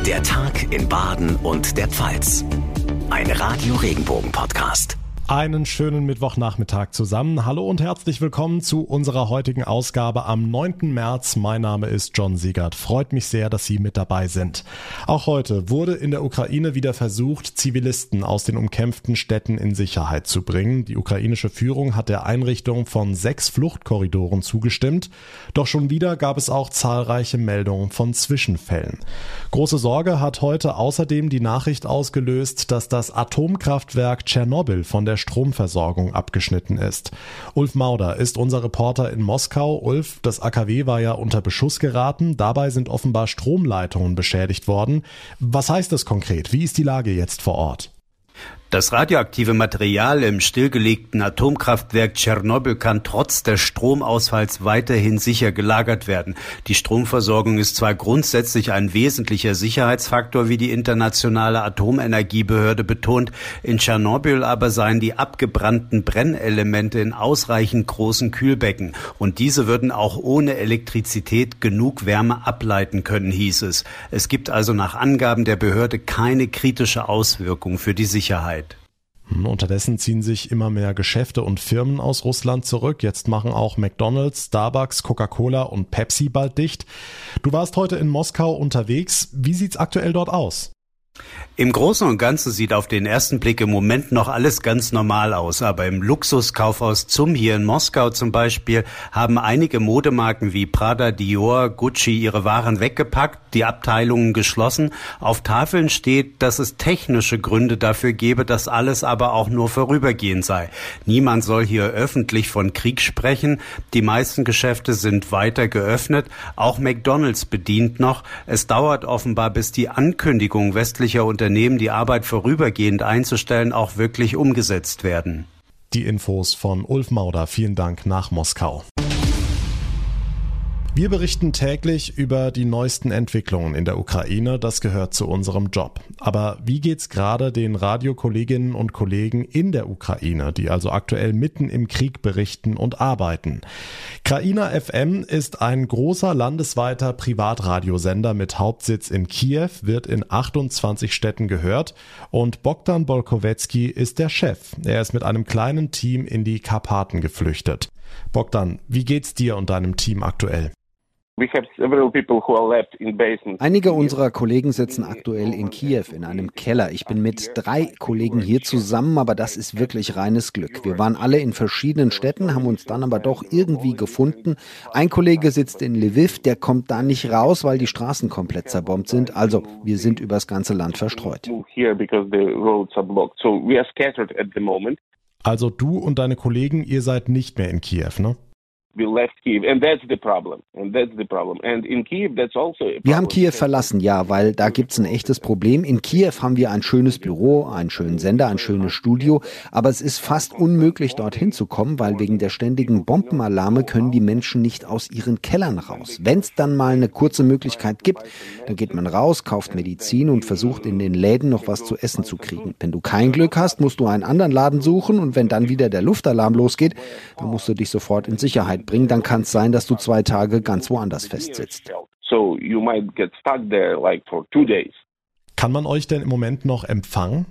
Der Tag in Baden und der Pfalz. Ein Radio-Regenbogen-Podcast. Einen schönen Mittwochnachmittag zusammen. Hallo und herzlich willkommen zu unserer heutigen Ausgabe am 9. März. Mein Name ist John Siegert. Freut mich sehr, dass Sie mit dabei sind. Auch heute wurde in der Ukraine wieder versucht, Zivilisten aus den umkämpften Städten in Sicherheit zu bringen. Die ukrainische Führung hat der Einrichtung von 6 Fluchtkorridoren zugestimmt. Doch schon wieder gab es auch zahlreiche Meldungen von Zwischenfällen. Große Sorge hat heute außerdem die Nachricht ausgelöst, dass das Atomkraftwerk Tschernobyl von der Stromversorgung abgeschnitten ist. Ulf Mauder ist unser Reporter in Moskau. Ulf, das AKW war ja unter Beschuss geraten. Dabei sind offenbar Stromleitungen beschädigt worden. Was heißt das konkret? Wie ist die Lage jetzt vor Ort? Das radioaktive Material im stillgelegten Atomkraftwerk Tschernobyl kann trotz des Stromausfalls weiterhin sicher gelagert werden. Die Stromversorgung ist zwar grundsätzlich ein wesentlicher Sicherheitsfaktor, wie die Internationale Atomenergiebehörde betont, in Tschernobyl aber seien die abgebrannten Brennelemente in ausreichend großen Kühlbecken und diese würden auch ohne Elektrizität genug Wärme ableiten können, hieß es. Es gibt also nach Angaben der Behörde keine kritische Auswirkung für die Sicherheit. Unterdessen ziehen sich immer mehr Geschäfte und Firmen aus Russland zurück. Jetzt machen auch McDonald's, Starbucks, Coca-Cola und Pepsi bald dicht. Du warst heute in Moskau unterwegs. Wie sieht's aktuell dort aus? Im Großen und Ganzen sieht auf den ersten Blick im Moment noch alles ganz normal aus, aber im Luxuskaufhaus ZUM hier in Moskau zum Beispiel haben einige Modemarken wie Prada, Dior, Gucci ihre Waren weggepackt, die Abteilungen geschlossen. Auf Tafeln steht, dass es technische Gründe dafür gebe, dass alles aber auch nur vorübergehend sei. Niemand soll hier öffentlich von Krieg sprechen. Die meisten Geschäfte sind weiter geöffnet. Auch McDonald's bedient noch. Es dauert offenbar, bis die Ankündigung westlicher Unternehmen, die Arbeit vorübergehend einzustellen, auch wirklich umgesetzt werden. Die Infos von Ulf Mauder. Vielen Dank nach Moskau. Wir berichten täglich über die neuesten Entwicklungen in der Ukraine, das gehört zu unserem Job. Aber wie geht's gerade den Radiokolleginnen und Kollegen in der Ukraine, die also aktuell mitten im Krieg berichten und arbeiten? Kraina FM ist ein großer landesweiter Privatradiosender mit Hauptsitz in Kiew, wird in 28 Städten gehört und Bogdan Bolkowecki ist der Chef. Er ist mit einem kleinen Team in die Karpaten geflüchtet. Bogdan, wie geht's dir und deinem Team aktuell? Einige unserer Kollegen sitzen aktuell in Kiew in einem Keller. Ich bin mit 3 Kollegen hier zusammen, aber das ist wirklich reines Glück. Wir waren alle in verschiedenen Städten, haben uns dann aber doch irgendwie gefunden. Ein Kollege sitzt in Lviv, der kommt da nicht raus, weil die Straßen komplett zerbombt sind. Also, wir sind übers ganze Land verstreut. Also du und deine Kollegen, ihr seid nicht mehr in Kiew, ne? Wir haben Kiew verlassen, ja, weil da gibt's ein echtes Problem. In Kiew haben wir ein schönes Büro, einen schönen Sender, ein schönes Studio, aber es ist fast unmöglich, dorthin zu kommen, weil wegen der ständigen Bombenalarme können die Menschen nicht aus ihren Kellern raus. Wenn es dann mal eine kurze Möglichkeit gibt, dann geht man raus, kauft Medizin und versucht in den Läden noch was zu essen zu kriegen. Wenn du kein Glück hast, musst du einen anderen Laden suchen und wenn dann wieder der Luftalarm losgeht, dann musst du dich sofort in Sicherheit bringen, dann kann es sein, dass du 2 Tage ganz woanders festsitzt. Kann man euch denn im Moment noch empfangen?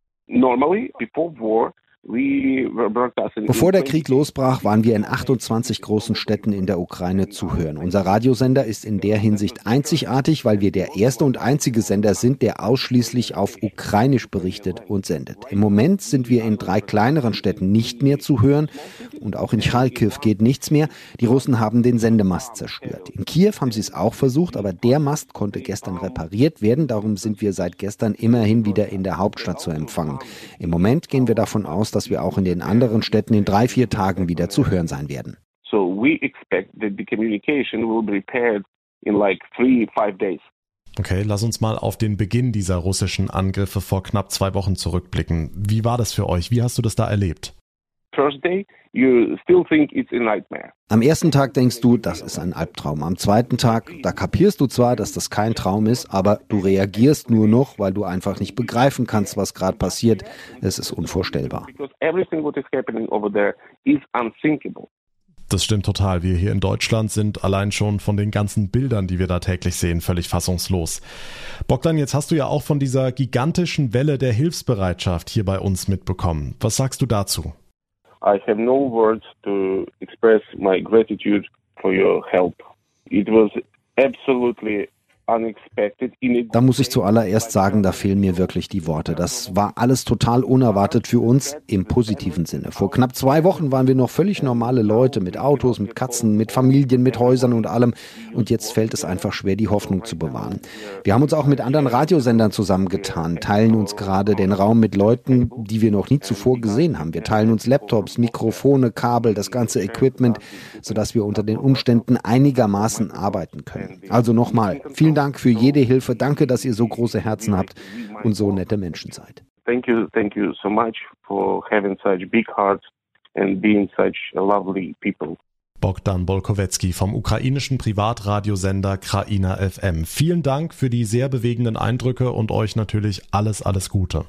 Bevor der Krieg losbrach, waren wir in 28 großen Städten in der Ukraine zu hören. Unser Radiosender ist in der Hinsicht einzigartig, weil wir der erste und einzige Sender sind, der ausschließlich auf Ukrainisch berichtet und sendet. Im Moment sind wir in 3 kleineren Städten nicht mehr zu hören und auch in Charkiw geht nichts mehr. Die Russen haben den Sendemast zerstört. In Kiew haben sie es auch versucht, aber der Mast konnte gestern repariert werden. Darum sind wir seit gestern immerhin wieder in der Hauptstadt zu empfangen. Im Moment gehen wir davon aus, dass wir auch in den anderen Städten in 3-4 Tagen wieder zu hören sein werden. So we expect that the communication will be repaired in like 3-5 days. Okay, lass uns mal auf den Beginn dieser russischen Angriffe vor knapp 2 Wochen zurückblicken. Wie war das für euch? Wie hast du das da erlebt? First day, you still think it's a nightmare. Am ersten Tag denkst du, das ist ein Albtraum. Am zweiten Tag, da kapierst du zwar, dass das kein Traum ist, aber du reagierst nur noch, weil du einfach nicht begreifen kannst, was gerade passiert. Es ist unvorstellbar. Because everything what is happening over there is unthinkable. Das stimmt total. Wir hier in Deutschland sind allein schon von den ganzen Bildern, die wir da täglich sehen, völlig fassungslos. Bogdan, jetzt hast du ja auch von dieser gigantischen Welle der Hilfsbereitschaft hier bei uns mitbekommen. Was sagst du dazu? I have no words to express my gratitude for your help. It was absolutely unexpected. Da muss ich zuallererst sagen, da fehlen mir wirklich die Worte. Das war alles total unerwartet für uns im positiven Sinne. Vor knapp 2 Wochen waren wir noch völlig normale Leute mit Autos, mit Katzen, mit Familien, mit Häusern und allem. Und jetzt fällt es einfach schwer, die Hoffnung zu bewahren. Wir haben uns auch mit anderen Radiosendern zusammengetan, teilen uns gerade den Raum mit Leuten, die wir noch nie zuvor gesehen haben. Wir teilen uns Laptops, Mikrofone, Kabel, das ganze Equipment, sodass wir unter den Umständen einigermaßen arbeiten können. Also nochmal, vielen Dank für jede Hilfe. Danke, dass ihr so große Herzen habt und so nette Menschen seid. Thank you so much for having such big hearts and being such lovely people. Bogdan Bolkowecki vom ukrainischen Privatradiosender Kraina FM. Vielen Dank für die sehr bewegenden Eindrücke und euch natürlich alles Gute.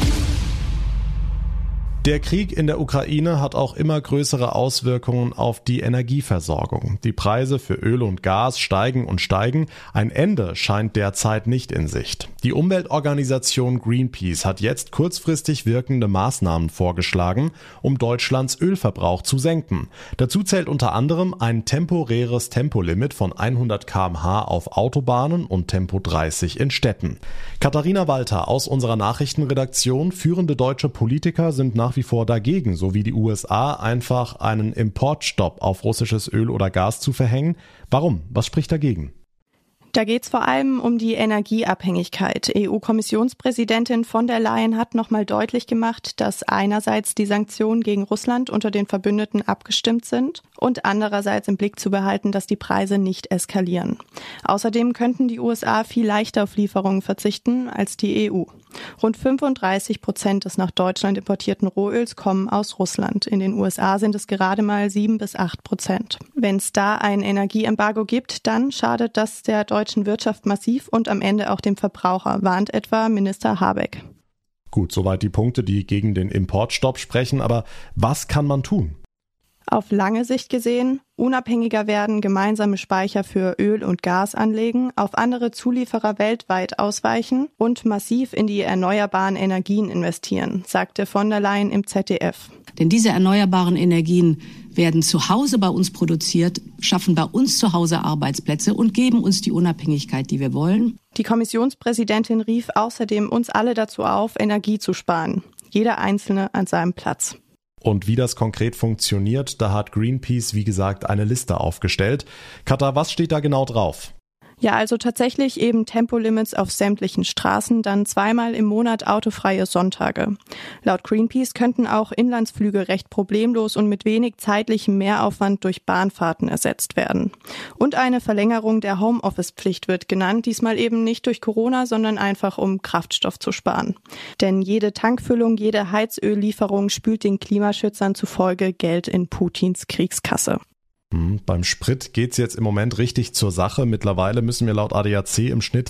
Der Krieg in der Ukraine hat auch immer größere Auswirkungen auf die Energieversorgung. Die Preise für Öl und Gas steigen und steigen. Ein Ende scheint derzeit nicht in Sicht. Die Umweltorganisation Greenpeace hat jetzt kurzfristig wirkende Maßnahmen vorgeschlagen, um Deutschlands Ölverbrauch zu senken. Dazu zählt unter anderem ein temporäres Tempolimit von 100 km/h auf Autobahnen und Tempo 30 in Städten. Katharina Walter aus unserer Nachrichtenredaktion. Führende deutsche Politiker sind nach wie vor dagegen, so wie die USA, einfach einen Importstopp auf russisches Öl oder Gas zu verhängen. Warum? Was spricht dagegen? Da geht es vor allem um die Energieabhängigkeit. EU-Kommissionspräsidentin von der Leyen hat nochmal deutlich gemacht, dass einerseits die Sanktionen gegen Russland unter den Verbündeten abgestimmt sind und andererseits im Blick zu behalten, dass die Preise nicht eskalieren. Außerdem könnten die USA viel leichter auf Lieferungen verzichten als die EU. Rund 35% des nach Deutschland importierten Rohöls kommen aus Russland. In den USA sind es gerade mal 7-8%. Wenn es da ein Energieembargo gibt, dann schadet das der deutschen Wirtschaft massiv und am Ende auch dem Verbraucher, warnt etwa Minister Habeck. Gut, soweit die Punkte, die gegen den Importstopp sprechen. Aber was kann man tun? Auf lange Sicht gesehen, unabhängiger werden, gemeinsame Speicher für Öl und Gas anlegen, auf andere Zulieferer weltweit ausweichen und massiv in die erneuerbaren Energien investieren, sagte von der Leyen im ZDF. Denn diese erneuerbaren Energien werden zu Hause bei uns produziert, schaffen bei uns zu Hause Arbeitsplätze und geben uns die Unabhängigkeit, die wir wollen. Die Kommissionspräsidentin rief außerdem uns alle dazu auf, Energie zu sparen. Jeder Einzelne an seinem Platz. Und wie das konkret funktioniert, da hat Greenpeace, wie gesagt, eine Liste aufgestellt. Katha, was steht da genau drauf? Ja, also tatsächlich eben Tempolimits auf sämtlichen Straßen, dann 2-mal im Monat autofreie Sonntage. Laut Greenpeace könnten auch Inlandsflüge recht problemlos und mit wenig zeitlichem Mehraufwand durch Bahnfahrten ersetzt werden. Und eine Verlängerung der Homeoffice-Pflicht wird genannt, diesmal eben nicht durch Corona, sondern einfach um Kraftstoff zu sparen. Denn jede Tankfüllung, jede Heizöllieferung spült den Klimaschützern zufolge Geld in Putins Kriegskasse. Beim Sprit geht's jetzt im Moment richtig zur Sache. Mittlerweile müssen wir laut ADAC im Schnitt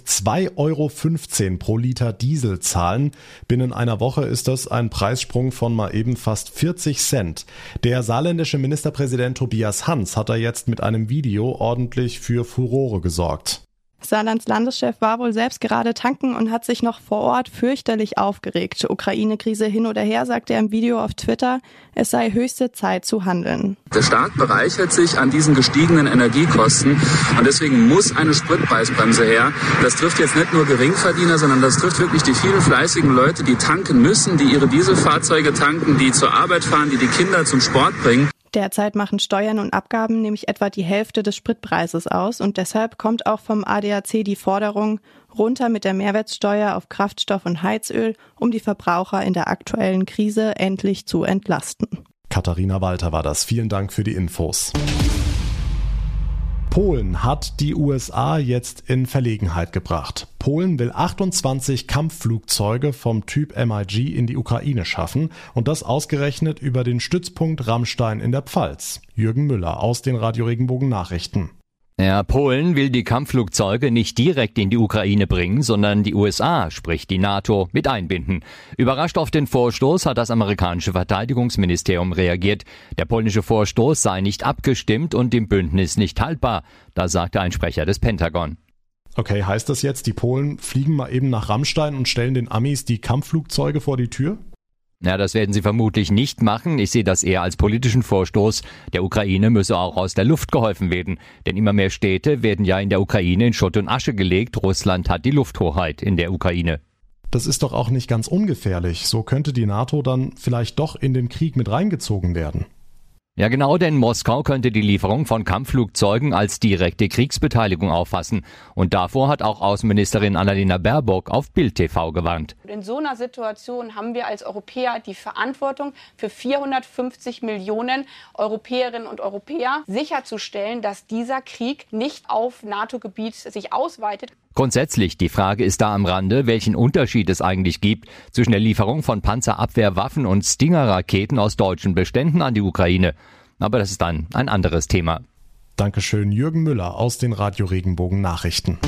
2,15 € pro Liter Diesel zahlen. Binnen einer Woche ist das ein Preissprung von mal eben fast 40 Cent. Der saarländische Ministerpräsident Tobias Hans hat da jetzt mit einem Video ordentlich für Furore gesorgt. Saarlands Landeschef war wohl selbst gerade tanken und hat sich noch vor Ort fürchterlich aufgeregt. Ukraine-Krise hin oder her, sagte er im Video auf Twitter, es sei höchste Zeit zu handeln. Der Staat bereichert sich an diesen gestiegenen Energiekosten und deswegen muss eine Spritpreisbremse her. Das trifft jetzt nicht nur Geringverdiener, sondern das trifft wirklich die vielen fleißigen Leute, die tanken müssen, die ihre Dieselfahrzeuge tanken, die zur Arbeit fahren, die Kinder zum Sport bringen. Derzeit machen Steuern und Abgaben nämlich etwa die Hälfte des Spritpreises aus und deshalb kommt auch vom ADAC die Forderung, runter mit der Mehrwertsteuer auf Kraftstoff und Heizöl, um die Verbraucher in der aktuellen Krise endlich zu entlasten. Katharina Walter war das. Vielen Dank für die Infos. Polen hat die USA jetzt in Verlegenheit gebracht. Polen will 28 Kampfflugzeuge vom Typ MiG in die Ukraine schaffen und das ausgerechnet über den Stützpunkt Ramstein in der Pfalz. Jürgen Müller aus den Radio Regenbogen Nachrichten. Ja, Polen will die Kampfflugzeuge nicht direkt in die Ukraine bringen, sondern die USA, sprich die NATO, mit einbinden. Überrascht auf den Vorstoß hat das amerikanische Verteidigungsministerium reagiert. Der polnische Vorstoß sei nicht abgestimmt und im Bündnis nicht haltbar. Da sagte ein Sprecher des Pentagon. Okay, heißt das jetzt, die Polen fliegen mal eben nach Rammstein und stellen den Amis die Kampfflugzeuge vor die Tür? Ja, das werden sie vermutlich nicht machen. Ich sehe das eher als politischen Vorstoß. Der Ukraine müsse auch aus der Luft geholfen werden. Denn immer mehr Städte werden ja in der Ukraine in Schutt und Asche gelegt. Russland hat die Lufthoheit in der Ukraine. Das ist doch auch nicht ganz ungefährlich. So könnte die NATO dann vielleicht doch in den Krieg mit reingezogen werden. Ja genau, denn Moskau könnte die Lieferung von Kampfflugzeugen als direkte Kriegsbeteiligung auffassen. Und davor hat auch Außenministerin Annalena Baerbock auf Bild TV gewarnt. In so einer Situation haben wir als Europäer die Verantwortung, für 450 Millionen Europäerinnen und Europäer sicherzustellen, dass dieser Krieg nicht auf NATO-Gebiet sich ausweitet. Grundsätzlich, die Frage ist da am Rande, welchen Unterschied es eigentlich gibt zwischen der Lieferung von Panzerabwehrwaffen und Stinger-Raketen aus deutschen Beständen an die Ukraine. Aber das ist dann ein anderes Thema. Dankeschön, Jürgen Müller aus den Radio Regenbogen Nachrichten.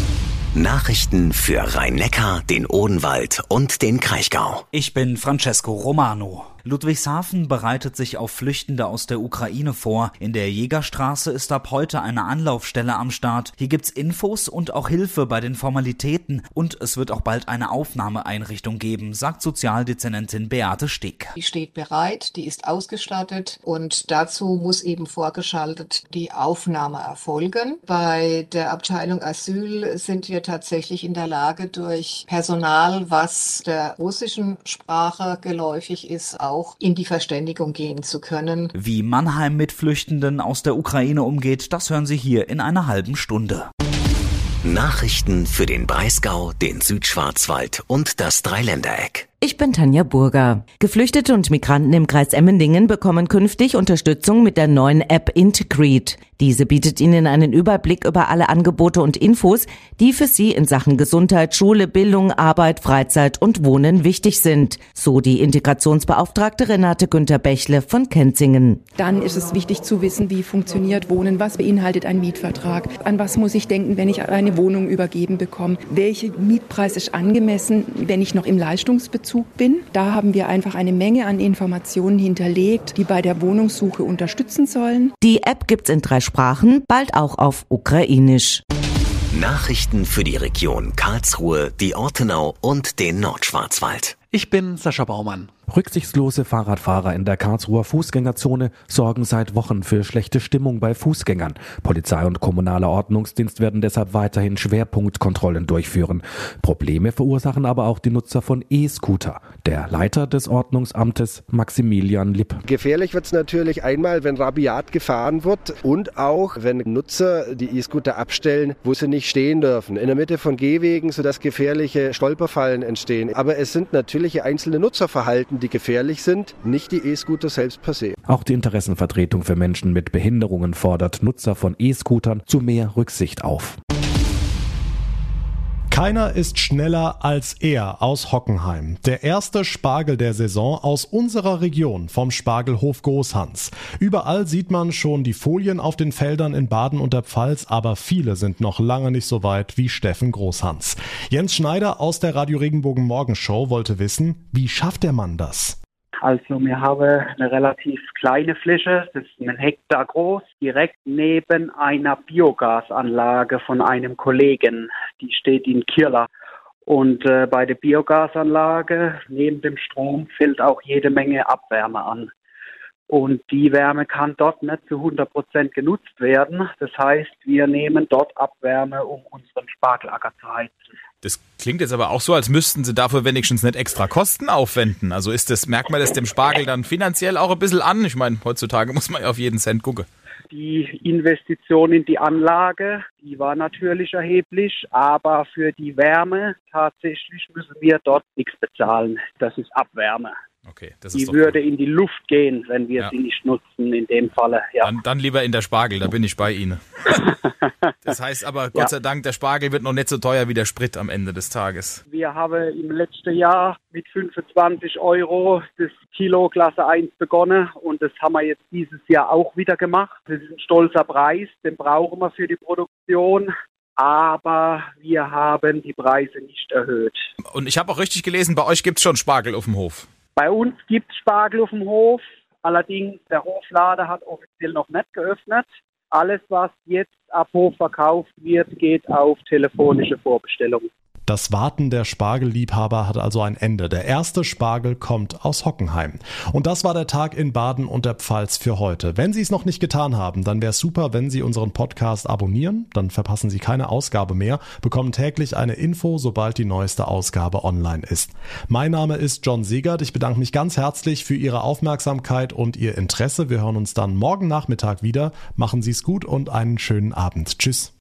Nachrichten für Rhein-Neckar, den Odenwald und den Kraichgau. Ich bin Francesco Romano. Ludwigshafen bereitet sich auf Flüchtende aus der Ukraine vor. In der Jägerstraße ist ab heute eine Anlaufstelle am Start. Hier gibt's Infos und auch Hilfe bei den Formalitäten. Und es wird auch bald eine Aufnahmeeinrichtung geben, sagt Sozialdezernentin Beate Stick. Die steht bereit, die ist ausgestattet und dazu muss eben vorgeschaltet die Aufnahme erfolgen. Bei der Abteilung Asyl sind wir tatsächlich in der Lage, durch Personal, was der russischen Sprache geläufig ist, auch in die Verständigung gehen zu können. Wie Mannheim mit Flüchtenden aus der Ukraine umgeht, das hören Sie hier in einer halben Stunde. Nachrichten für den Breisgau, den Südschwarzwald und das Dreiländereck. Ich bin Tanja Burger. Geflüchtete und Migranten im Kreis Emmendingen bekommen künftig Unterstützung mit der neuen App Integrate. Diese bietet ihnen einen Überblick über alle Angebote und Infos, die für sie in Sachen Gesundheit, Schule, Bildung, Arbeit, Freizeit und Wohnen wichtig sind. So die Integrationsbeauftragte Renate Günther-Bächle von Kenzingen. Dann ist es wichtig zu wissen, wie funktioniert Wohnen, was beinhaltet ein Mietvertrag, an was muss ich denken, wenn ich eine Wohnung übergeben bekomme, welcher Mietpreis ist angemessen, wenn ich noch im Leistungsbezug bin. Da haben wir einfach eine Menge an Informationen hinterlegt, die bei der Wohnungssuche unterstützen sollen. Die App gibt's in 3 Sprachen, bald auch auf Ukrainisch. Nachrichten für die Region Karlsruhe, die Ortenau und den Nordschwarzwald. Ich bin Sascha Baumann. Rücksichtslose Fahrradfahrer in der Karlsruher Fußgängerzone sorgen seit Wochen für schlechte Stimmung bei Fußgängern. Polizei und kommunaler Ordnungsdienst werden deshalb weiterhin Schwerpunktkontrollen durchführen. Probleme verursachen aber auch die Nutzer von E-Scooter. Der Leiter des Ordnungsamtes, Maximilian Lipp. Gefährlich wird es natürlich einmal, wenn rabiat gefahren wird und auch, wenn Nutzer die E-Scooter abstellen, wo sie nicht stehen dürfen. In der Mitte von Gehwegen, sodass gefährliche Stolperfallen entstehen. Aber es sind natürliche einzelne Nutzerverhalten, die gefährlich sind, nicht die E-Scooter selbst per se. Auch die Interessenvertretung für Menschen mit Behinderungen fordert Nutzer von E-Scootern zu mehr Rücksicht auf. Keiner ist schneller als er aus Hockenheim. Der erste Spargel der Saison aus unserer Region vom Spargelhof Großhans. Überall sieht man schon die Folien auf den Feldern in Baden und der Pfalz, aber viele sind noch lange nicht so weit wie Steffen Großhans. Jens Schneider aus der Radio Regenbogen Morgenshow wollte wissen, wie schafft der Mann das? Also wir haben eine relativ kleine Fläche, das ist 1 Hektar groß, direkt neben einer Biogasanlage von einem Kollegen, die steht in Kirla. Und bei der Biogasanlage neben dem Strom fällt auch jede Menge Abwärme an. Und die Wärme kann dort nicht zu 100% genutzt werden. Das heißt, wir nehmen dort Abwärme, um unseren Spargelacker zu heizen. Das klingt jetzt aber auch so, als müssten Sie dafür wenigstens nicht extra Kosten aufwenden. Also merkt man das dem Spargel dann finanziell auch ein bisschen an? Ich meine, heutzutage muss man ja auf jeden Cent gucken. Die Investition in die Anlage, die war natürlich erheblich, aber für die Wärme tatsächlich müssen wir dort nichts bezahlen. Das ist Abwärme. Okay, das ist die doch würde in die Luft gehen, wenn wir sie nicht nutzen, in dem Falle. Ja. Dann lieber in der Spargel, da bin ich bei Ihnen. Das heißt aber, Gott sei Dank, der Spargel wird noch nicht so teuer wie der Sprit am Ende des Tages. Wir haben im letzten Jahr mit 25 € das Kilo Klasse 1 begonnen und das haben wir jetzt dieses Jahr auch wieder gemacht. Das ist ein stolzer Preis, den brauchen wir für die Produktion. Aber wir haben die Preise nicht erhöht. Und ich habe auch richtig gelesen, bei euch gibt es schon Spargel auf dem Hof. Bei uns gibt es Spargel auf dem Hof, allerdings der Hofladen hat offiziell noch nicht geöffnet. Alles, was jetzt ab Hof verkauft wird, geht auf telefonische Vorbestellung. Das Warten der Spargelliebhaber hat also ein Ende. Der erste Spargel kommt aus Hockenheim. Und das war der Tag in Baden und der Pfalz für heute. Wenn Sie es noch nicht getan haben, dann wäre es super, wenn Sie unseren Podcast abonnieren. Dann verpassen Sie keine Ausgabe mehr, bekommen täglich eine Info, sobald die neueste Ausgabe online ist. Mein Name ist John Siegert. Ich bedanke mich ganz herzlich für Ihre Aufmerksamkeit und Ihr Interesse. Wir hören uns dann morgen Nachmittag wieder. Machen Sie es gut und einen schönen Abend. Tschüss.